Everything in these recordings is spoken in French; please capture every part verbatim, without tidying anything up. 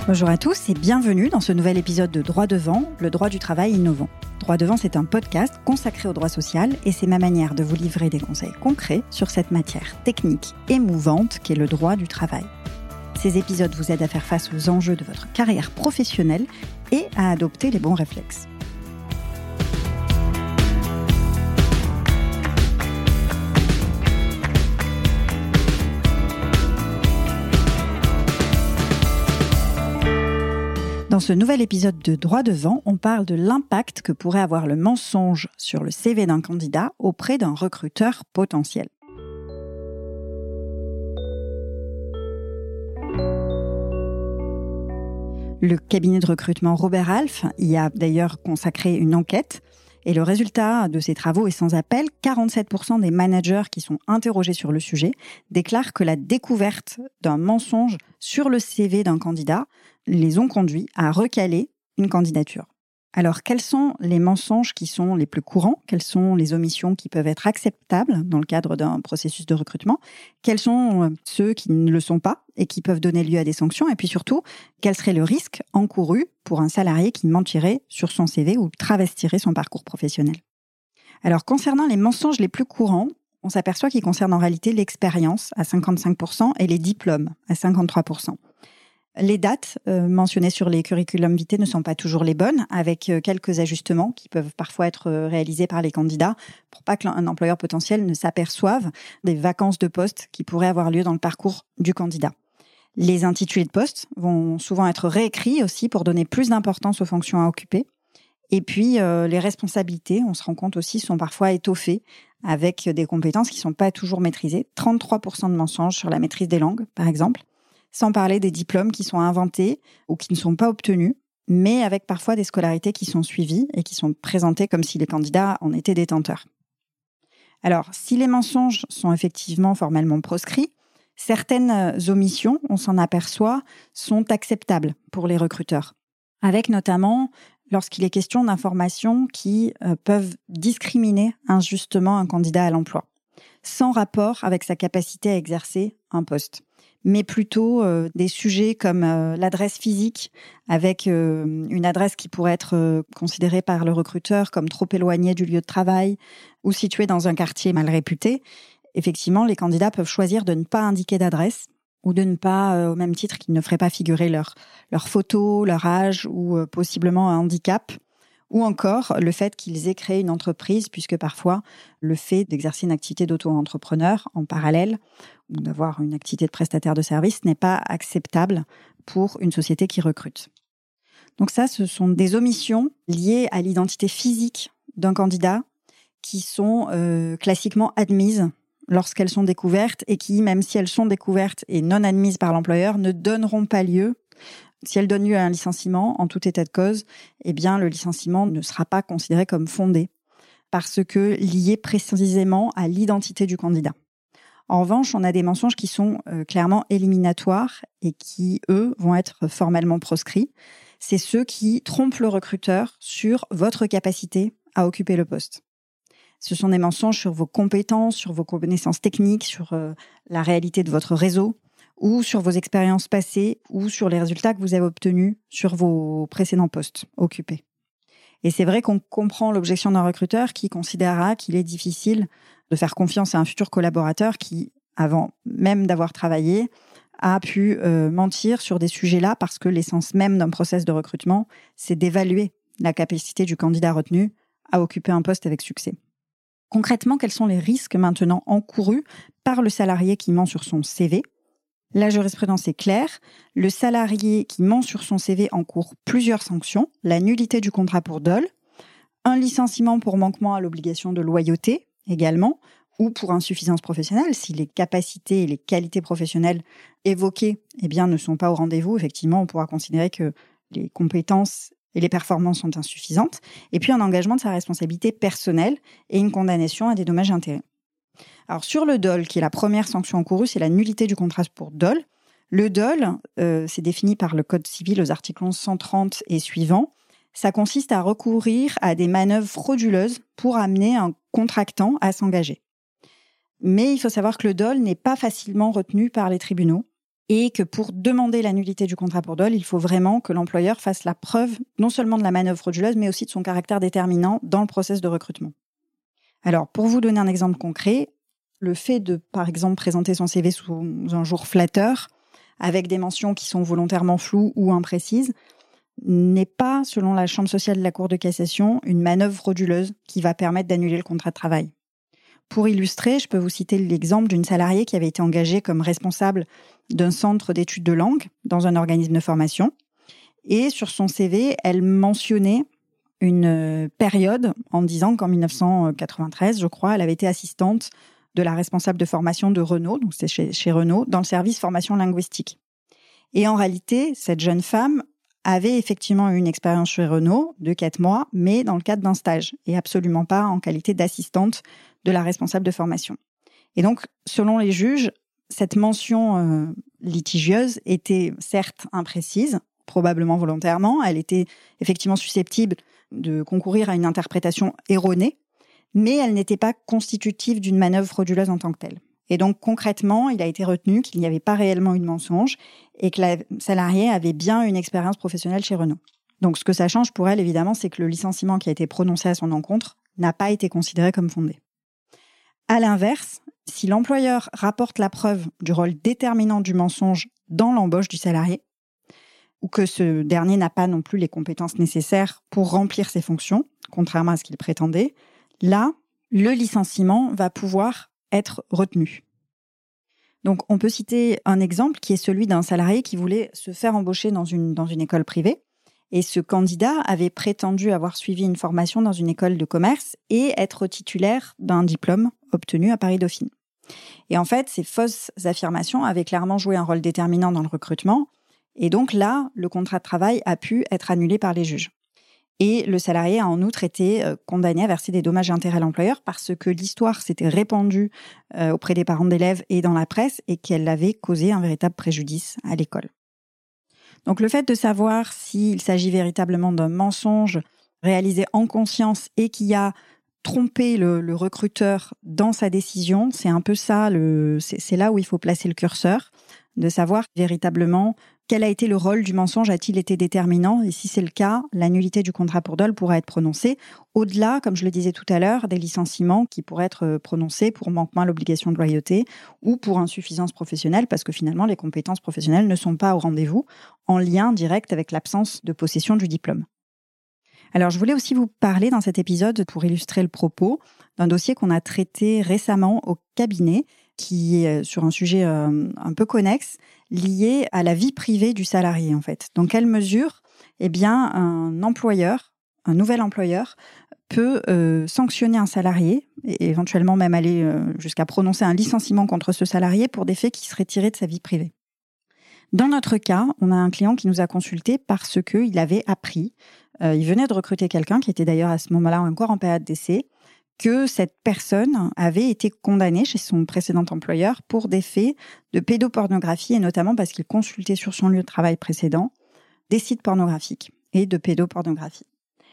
Bonjour à tous et bienvenue dans ce nouvel épisode de Droit devant, le droit du travail innovant. Droit devant, c'est un podcast consacré au droit social et c'est ma manière de vous livrer des conseils concrets sur cette matière technique et mouvante qu'est le droit du travail. Ces épisodes vous aident à faire face aux enjeux de votre carrière professionnelle et à adopter les bons réflexes. Dans ce nouvel épisode de Droit devant, on parle de l'impact que pourrait avoir le mensonge sur le C V d'un candidat auprès d'un recruteur potentiel. Le cabinet de recrutement Robert Half y a d'ailleurs consacré une enquête et le résultat de ces travaux est sans appel. quarante-sept pour cent des managers qui sont interrogés sur le sujet déclarent que la découverte d'un mensonge sur le C V d'un candidat les ont conduits à recaler une candidature. Alors, quels sont les mensonges qui sont les plus courants ? Quelles sont les omissions qui peuvent être acceptables dans le cadre d'un processus de recrutement ? Quels sont ceux qui ne le sont pas et qui peuvent donner lieu à des sanctions ? Et puis surtout, quel serait le risque encouru pour un salarié qui mentirait sur son C V ou travestirait son parcours professionnel ? Alors, concernant les mensonges les plus courants, on s'aperçoit qu'ils concernent en réalité l'expérience à cinquante-cinq pour cent et les diplômes à cinquante-trois pour cent. Les dates euh, mentionnées sur les curriculum vitae ne sont pas toujours les bonnes, avec euh, quelques ajustements qui peuvent parfois être euh, réalisés par les candidats pour pas qu'un employeur potentiel ne s'aperçoive des vacances de poste qui pourraient avoir lieu dans le parcours du candidat. Les intitulés de poste vont souvent être réécrits aussi pour donner plus d'importance aux fonctions à occuper. Et puis, euh, les responsabilités, on se rend compte aussi, sont parfois étoffées avec des compétences qui sont pas toujours maîtrisées. trente-trois pour cent de mensonges sur la maîtrise des langues, par exemple. Sans parler des diplômes qui sont inventés ou qui ne sont pas obtenus, mais avec parfois des scolarités qui sont suivies et qui sont présentées comme si les candidats en étaient détenteurs. Alors, si les mensonges sont effectivement formellement proscrits, certaines omissions, on s'en aperçoit, sont acceptables pour les recruteurs, avec notamment lorsqu'il est question d'informations qui euh, peuvent discriminer injustement un candidat à l'emploi, sans rapport avec sa capacité à exercer un poste, mais plutôt euh, des sujets comme euh, l'adresse physique, avec euh, une adresse qui pourrait être euh, considérée par le recruteur comme trop éloignée du lieu de travail ou située dans un quartier mal réputé. Effectivement, les candidats peuvent choisir de ne pas indiquer d'adresse ou de ne pas, euh, au même titre qu'ils ne feraient pas figurer leur, leur photo, leur âge ou euh, possiblement un handicap, ou encore le fait qu'ils aient créé une entreprise, puisque parfois le fait d'exercer une activité d'auto-entrepreneur en parallèle ou d'avoir une activité de prestataire de service n'est pas acceptable pour une société qui recrute. Donc ça, ce sont des omissions liées à l'identité physique d'un candidat qui sont euh, classiquement admises lorsqu'elles sont découvertes et qui, même si elles sont découvertes et non admises par l'employeur, ne donneront pas lieu. Si elle donne lieu à un licenciement, en tout état de cause, eh bien, le licenciement ne sera pas considéré comme fondé parce que lié précisément à l'identité du candidat. En revanche, on a des mensonges qui sont euh, clairement éliminatoires et qui, eux, vont être formellement proscrits. C'est ceux qui trompent le recruteur sur votre capacité à occuper le poste. Ce sont des mensonges sur vos compétences, sur vos connaissances techniques, sur euh, la réalité de votre réseau, ou sur vos expériences passées, ou sur les résultats que vous avez obtenus sur vos précédents postes occupés. Et c'est vrai qu'on comprend l'objection d'un recruteur qui considérera qu'il est difficile de faire confiance à un futur collaborateur qui, avant même d'avoir travaillé, a pu euh, mentir sur des sujets-là parce que l'essence même d'un process de recrutement, c'est d'évaluer la capacité du candidat retenu à occuper un poste avec succès. Concrètement, quels sont les risques maintenant encourus par le salarié qui ment sur son C V ? La jurisprudence est claire. Le salarié qui ment sur son C V encourt plusieurs sanctions. La nullité du contrat pour dol, un licenciement pour manquement à l'obligation de loyauté également, ou pour insuffisance professionnelle, si les capacités et les qualités professionnelles évoquées eh bien, ne sont pas au rendez-vous. Effectivement, on pourra considérer que les compétences et les performances sont insuffisantes. Et puis un engagement de sa responsabilité personnelle et une condamnation à des dommages et intérêts. Alors sur le dol, qui est la première sanction encourue, c'est la nullité du contrat pour dol. Le dol, euh, c'est défini par le Code civil aux articles onze cent trente et suivants. Ça consiste à recourir à des manœuvres frauduleuses pour amener un contractant à s'engager. Mais il faut savoir que le dol n'est pas facilement retenu par les tribunaux. et que pour demander la nullité du contrat pour dol, il faut vraiment que l'employeur fasse la preuve non seulement de la manœuvre frauduleuse, mais aussi de son caractère déterminant dans le process de recrutement. Alors, pour vous donner un exemple concret, le fait de, par exemple, présenter son C V sous un jour flatteur, avec des mentions qui sont volontairement floues ou imprécises, n'est pas, selon la Chambre sociale de la Cour de cassation, une manœuvre frauduleuse qui va permettre d'annuler le contrat de travail. Pour illustrer, je peux vous citer l'exemple d'une salariée qui avait été engagée comme responsable d'un centre d'études de langue dans un organisme de formation. Et sur son C V, elle mentionnait une période en disant qu'en dix-neuf cent quatre-vingt-treize, je crois, elle avait été assistante de la responsable de formation de Renault, donc c'est chez, chez Renault, dans le service formation linguistique. Et en réalité, cette jeune femme avait effectivement eu une expérience chez Renault de quatre mois, mais dans le cadre d'un stage, et absolument pas en qualité d'assistante de la responsable de formation. Et donc, selon les juges, cette mention euh, litigieuse était certes imprécise, probablement volontairement, elle était effectivement susceptible de concourir à une interprétation erronée, mais elle n'était pas constitutive d'une manœuvre frauduleuse en tant que telle. Et donc, concrètement, il a été retenu qu'il n'y avait pas réellement eu de mensonge et que la salariée avait bien une expérience professionnelle chez Renault. Donc, ce que ça change pour elle, évidemment, c'est que le licenciement qui a été prononcé à son encontre n'a pas été considéré comme fondé. À l'inverse, si l'employeur rapporte la preuve du rôle déterminant du mensonge dans l'embauche du salarié, ou que ce dernier n'a pas non plus les compétences nécessaires pour remplir ses fonctions, contrairement à ce qu'il prétendait, là, le licenciement va pouvoir être retenu. Donc, on peut citer un exemple qui est celui d'un salarié qui voulait se faire embaucher dans une, dans une école privée. Et ce candidat avait prétendu avoir suivi une formation dans une école de commerce et être titulaire d'un diplôme obtenu à Paris-Dauphine. Et en fait, ces fausses affirmations avaient clairement joué un rôle déterminant dans le recrutement. Et donc là, le contrat de travail a pu être annulé par les juges. Et le salarié a en outre été condamné à verser des dommages et intérêts à l'employeur parce que l'histoire s'était répandue auprès des parents d'élèves et dans la presse et qu'elle avait causé un véritable préjudice à l'école. Donc le fait de savoir s'il s'agit véritablement d'un mensonge réalisé en conscience et qui a trompé le, le recruteur dans sa décision, c'est un peu ça, le, c'est, c'est là où il faut placer le curseur, de savoir véritablement quel a été le rôle du mensonge, a-t-il été déterminant? Et si c'est le cas, la nullité du contrat pour dol pourra être prononcée. Au-delà, comme je le disais tout à l'heure, des licenciements qui pourraient être prononcés pour manquement à l'obligation de loyauté ou pour insuffisance professionnelle, parce que finalement, les compétences professionnelles ne sont pas au rendez-vous, en lien direct avec l'absence de possession du diplôme. Alors, je voulais aussi vous parler dans cet épisode, pour illustrer le propos, d'un dossier qu'on a traité récemment au cabinet, qui est sur un sujet euh, un peu connexe, lié à la vie privée du salarié, en fait. Dans quelle mesure, eh bien, un employeur, un nouvel employeur, peut euh, sanctionner un salarié, et éventuellement même aller euh, jusqu'à prononcer un licenciement contre ce salarié pour des faits qui seraient tirés de sa vie privée. Dans notre cas, on a un client qui nous a consulté parce qu'il avait appris, euh, il venait de recruter quelqu'un qui était d'ailleurs à ce moment-là encore en période d'essai, que cette personne avait été condamnée chez son précédent employeur pour des faits de pédopornographie, et notamment parce qu'il consultait sur son lieu de travail précédent des sites pornographiques et de pédopornographie.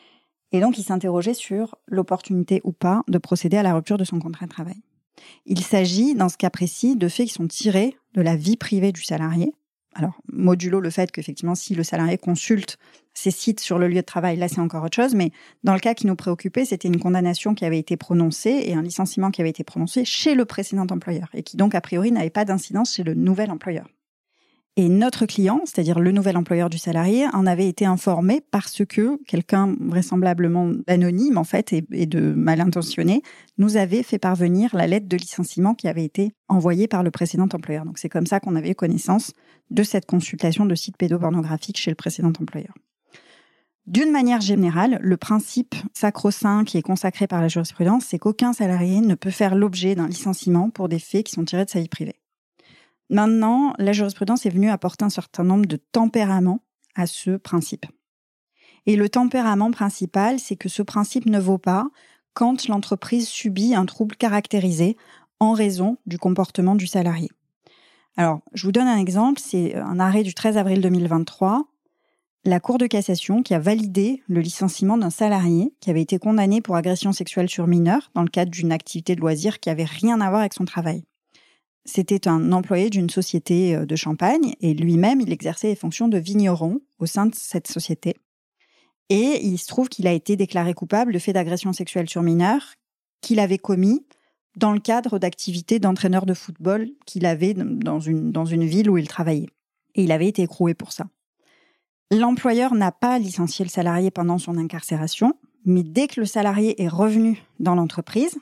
Et donc, il s'interrogeait sur l'opportunité ou pas de procéder à la rupture de son contrat de travail. Il s'agit, dans ce cas précis, de faits qui sont tirés de la vie privée du salarié. Alors, modulo le fait qu'effectivement, si le salarié consulte ces sites sur le lieu de travail, là, c'est encore autre chose. Mais dans le cas qui nous préoccupait, c'était une condamnation qui avait été prononcée et un licenciement qui avait été prononcé chez le précédent employeur et qui donc, a priori, n'avait pas d'incidence chez le nouvel employeur. Et notre client, c'est-à-dire le nouvel employeur du salarié, en avait été informé parce que quelqu'un vraisemblablement anonyme, en fait, et, et de mal intentionné, nous avait fait parvenir la lettre de licenciement qui avait été envoyée par le précédent employeur. Donc c'est comme ça qu'on avait eu connaissance de cette consultation de sites pédopornographiques chez le précédent employeur. D'une manière générale, le principe sacro-saint qui est consacré par la jurisprudence, c'est qu'aucun salarié ne peut faire l'objet d'un licenciement pour des faits qui sont tirés de sa vie privée. Maintenant, la jurisprudence est venue apporter un certain nombre de tempéraments à ce principe. Et le tempérament principal, c'est que ce principe ne vaut pas quand l'entreprise subit un trouble caractérisé en raison du comportement du salarié. Alors, je vous donne un exemple, c'est un arrêt du treize avril deux mille vingt-trois, la Cour de cassation qui a validé le licenciement d'un salarié qui avait été condamné pour agression sexuelle sur mineur dans le cadre d'une activité de loisir qui n'avait rien à voir avec son travail. C'était un employé d'une société de champagne et lui-même, il exerçait les fonctions de vigneron au sein de cette société. Et il se trouve qu'il a été déclaré coupable de faits d'agression sexuelle sur mineurs qu'il avait commis dans le cadre d'activités d'entraîneur de football qu'il avait dans une, dans une ville où il travaillait. Et il avait été écroué pour ça. L'employeur n'a pas licencié le salarié pendant son incarcération, mais dès que le salarié est revenu dans l'entreprise,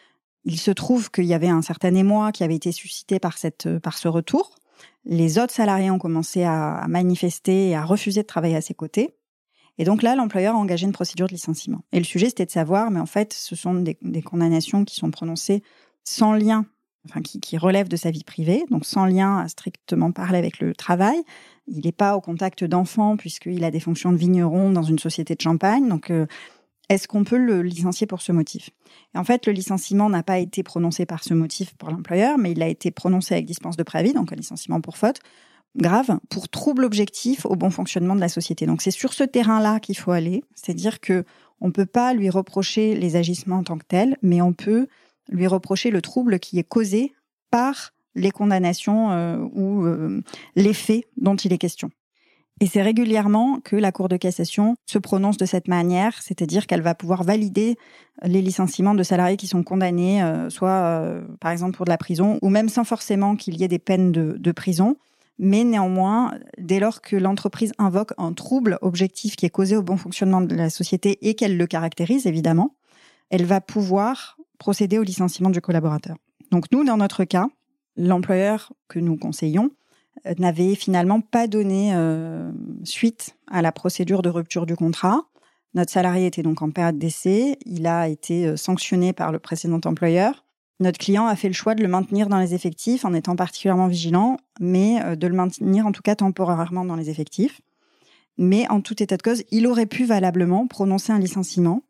il se trouve qu'il y avait un certain émoi qui avait été suscité par, cette, par ce retour. Les autres salariés ont commencé à, à manifester et à refuser de travailler à ses côtés. Et donc là, l'employeur a engagé une procédure de licenciement. Et le sujet, c'était de savoir, mais en fait, ce sont des, des condamnations qui sont prononcées sans lien, enfin qui, qui relèvent de sa vie privée, donc sans lien à strictement parler avec le travail. Il n'est pas au contact d'enfants puisqu'il a des fonctions de vigneron dans une société de champagne. Donc, euh, est-ce qu'on peut le licencier pour ce motif ? Et en fait, le licenciement n'a pas été prononcé par ce motif pour l'employeur, mais il a été prononcé avec dispense de préavis, donc un licenciement pour faute grave, pour trouble objectif au bon fonctionnement de la société. Donc c'est sur ce terrain-là qu'il faut aller, c'est-à-dire que on peut pas lui reprocher les agissements en tant que tels, mais on peut lui reprocher le trouble qui est causé par les condamnations euh, ou euh, les faits dont il est question. Et c'est régulièrement que la Cour de cassation se prononce de cette manière, c'est-à-dire qu'elle va pouvoir valider les licenciements de salariés qui sont condamnés, euh, soit euh, par exemple pour de la prison, ou même sans forcément qu'il y ait des peines de, de prison. Mais néanmoins, dès lors que l'entreprise invoque un trouble objectif qui est causé au bon fonctionnement de la société et qu'elle le caractérise, évidemment, elle va pouvoir procéder au licenciement du collaborateur. Donc nous, dans notre cas, l'employeur que nous conseillons n'avait finalement pas donné euh, suite à la procédure de rupture du contrat. Notre salarié était donc en période d'essai. Il a été sanctionné par le précédent employeur. Notre client a fait le choix de le maintenir dans les effectifs en étant particulièrement vigilant, mais de le maintenir en tout cas temporairement dans les effectifs. Mais en tout état de cause, il aurait pu valablement prononcer un licenciement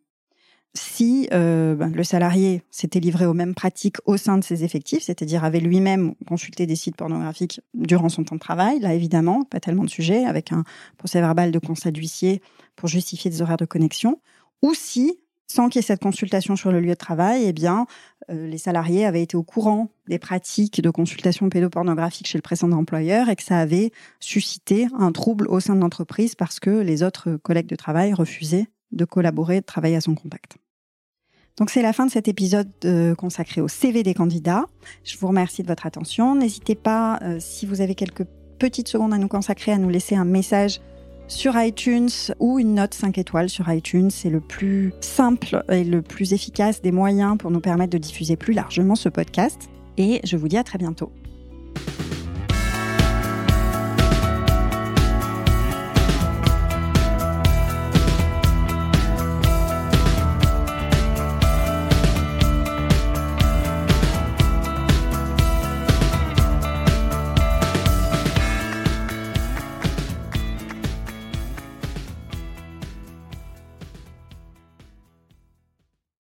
si euh, ben, le salarié s'était livré aux mêmes pratiques au sein de ses effectifs, c'est-à-dire avait lui-même consulté des sites pornographiques durant son temps de travail, là évidemment, pas tellement de sujets, avec un procès-verbal de constat d'huissier pour justifier des horaires de connexion, ou si, sans qu'il y ait cette consultation sur le lieu de travail, eh bien, euh, les salariés avaient été au courant des pratiques de consultation pédopornographique chez le précédent employeur et que ça avait suscité un trouble au sein de l'entreprise parce que les autres collègues de travail refusaient de collaborer, de travailler à son contact. Donc c'est la fin de cet épisode euh, consacré au C V des candidats. Je vous remercie de votre attention. N'hésitez pas, euh, si vous avez quelques petites secondes à nous consacrer, à nous laisser un message sur iTunes ou une note cinq étoiles sur iTunes. C'est le plus simple et le plus efficace des moyens pour nous permettre de diffuser plus largement ce podcast. Et je vous dis à très bientôt.